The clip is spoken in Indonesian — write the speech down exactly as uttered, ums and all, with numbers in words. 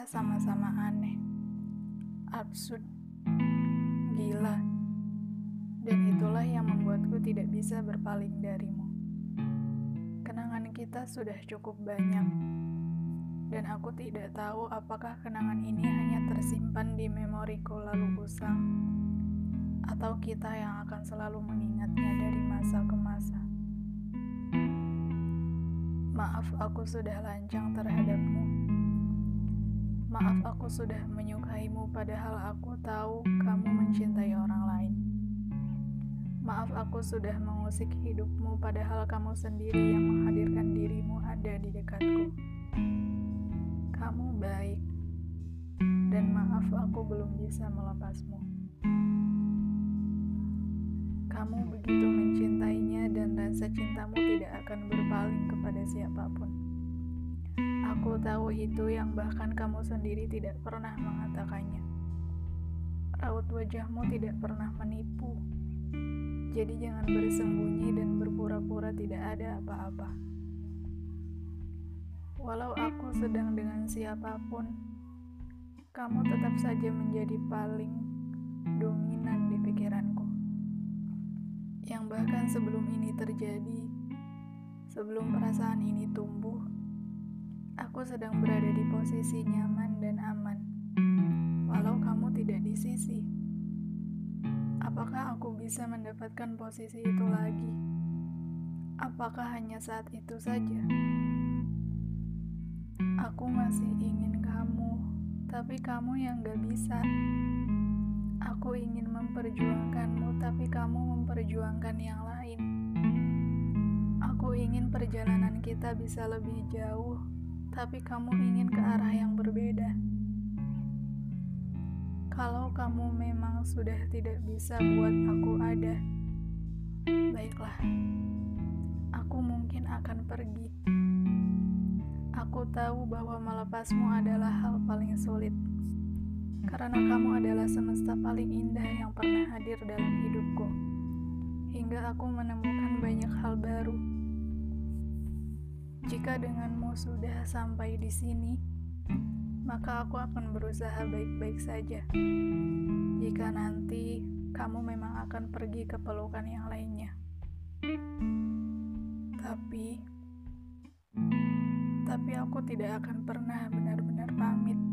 Kita sama-sama aneh, absurd, gila, dan itulah yang membuatku tidak bisa berpaling darimu. Kenangan kita sudah cukup banyak, dan aku tidak tahu apakah kenangan ini hanya tersimpan di memoriku lalu usang, atau kita yang akan selalu mengingatnya dari masa ke masa. Maaf aku sudah lancang terhadapmu. Maaf aku sudah menyukaimu padahal aku tahu kamu mencintai orang lain. Maaf aku sudah mengusik hidupmu padahal kamu sendiri yang menghadirkan dirimu ada di dekatku. Kamu baik, dan maaf aku belum bisa melepasmu. Kamu begitu mencintainya dan rasa cintamu tidak akan berpaling kepada siapapun. Aku tahu itu yang bahkan kamu sendiri tidak pernah mengatakannya. Raut wajahmu tidak pernah menipu. Jadi jangan bersembunyi dan berpura-pura tidak ada apa-apa. Walau aku sedang dengan siapapun, kamu tetap saja menjadi paling dominan di pikiranku. Yang bahkan sebelum ini terjadi, sebelum perasaan ini tumbuh, aku sedang berada di posisi nyaman dan aman, walau kamu tidak di sisi. Apakah aku bisa mendapatkan posisi itu lagi? Apakah hanya saat itu saja? Aku masih ingin kamu, tapi kamu yang gak bisa. Aku ingin memperjuangkanmu, tapi kamu memperjuangkan yang lain. Aku ingin perjalanan kita bisa lebih jauh, tapi kamu ingin ke arah yang berbeda. Kalau kamu memang sudah tidak bisa buat aku ada, baiklah, aku mungkin akan pergi. Aku tahu bahwa melepasmu adalah hal paling sulit, karena kamu adalah semesta paling indah yang pernah hadir dalam hidupku, hingga aku menemukan banyak hal baru. Jika denganmu sudah sampai di sini, maka aku akan berusaha baik-baik saja. Jika nanti kamu memang akan pergi ke pelukan yang lainnya. Tapi, tapi aku tidak akan pernah benar-benar pamit.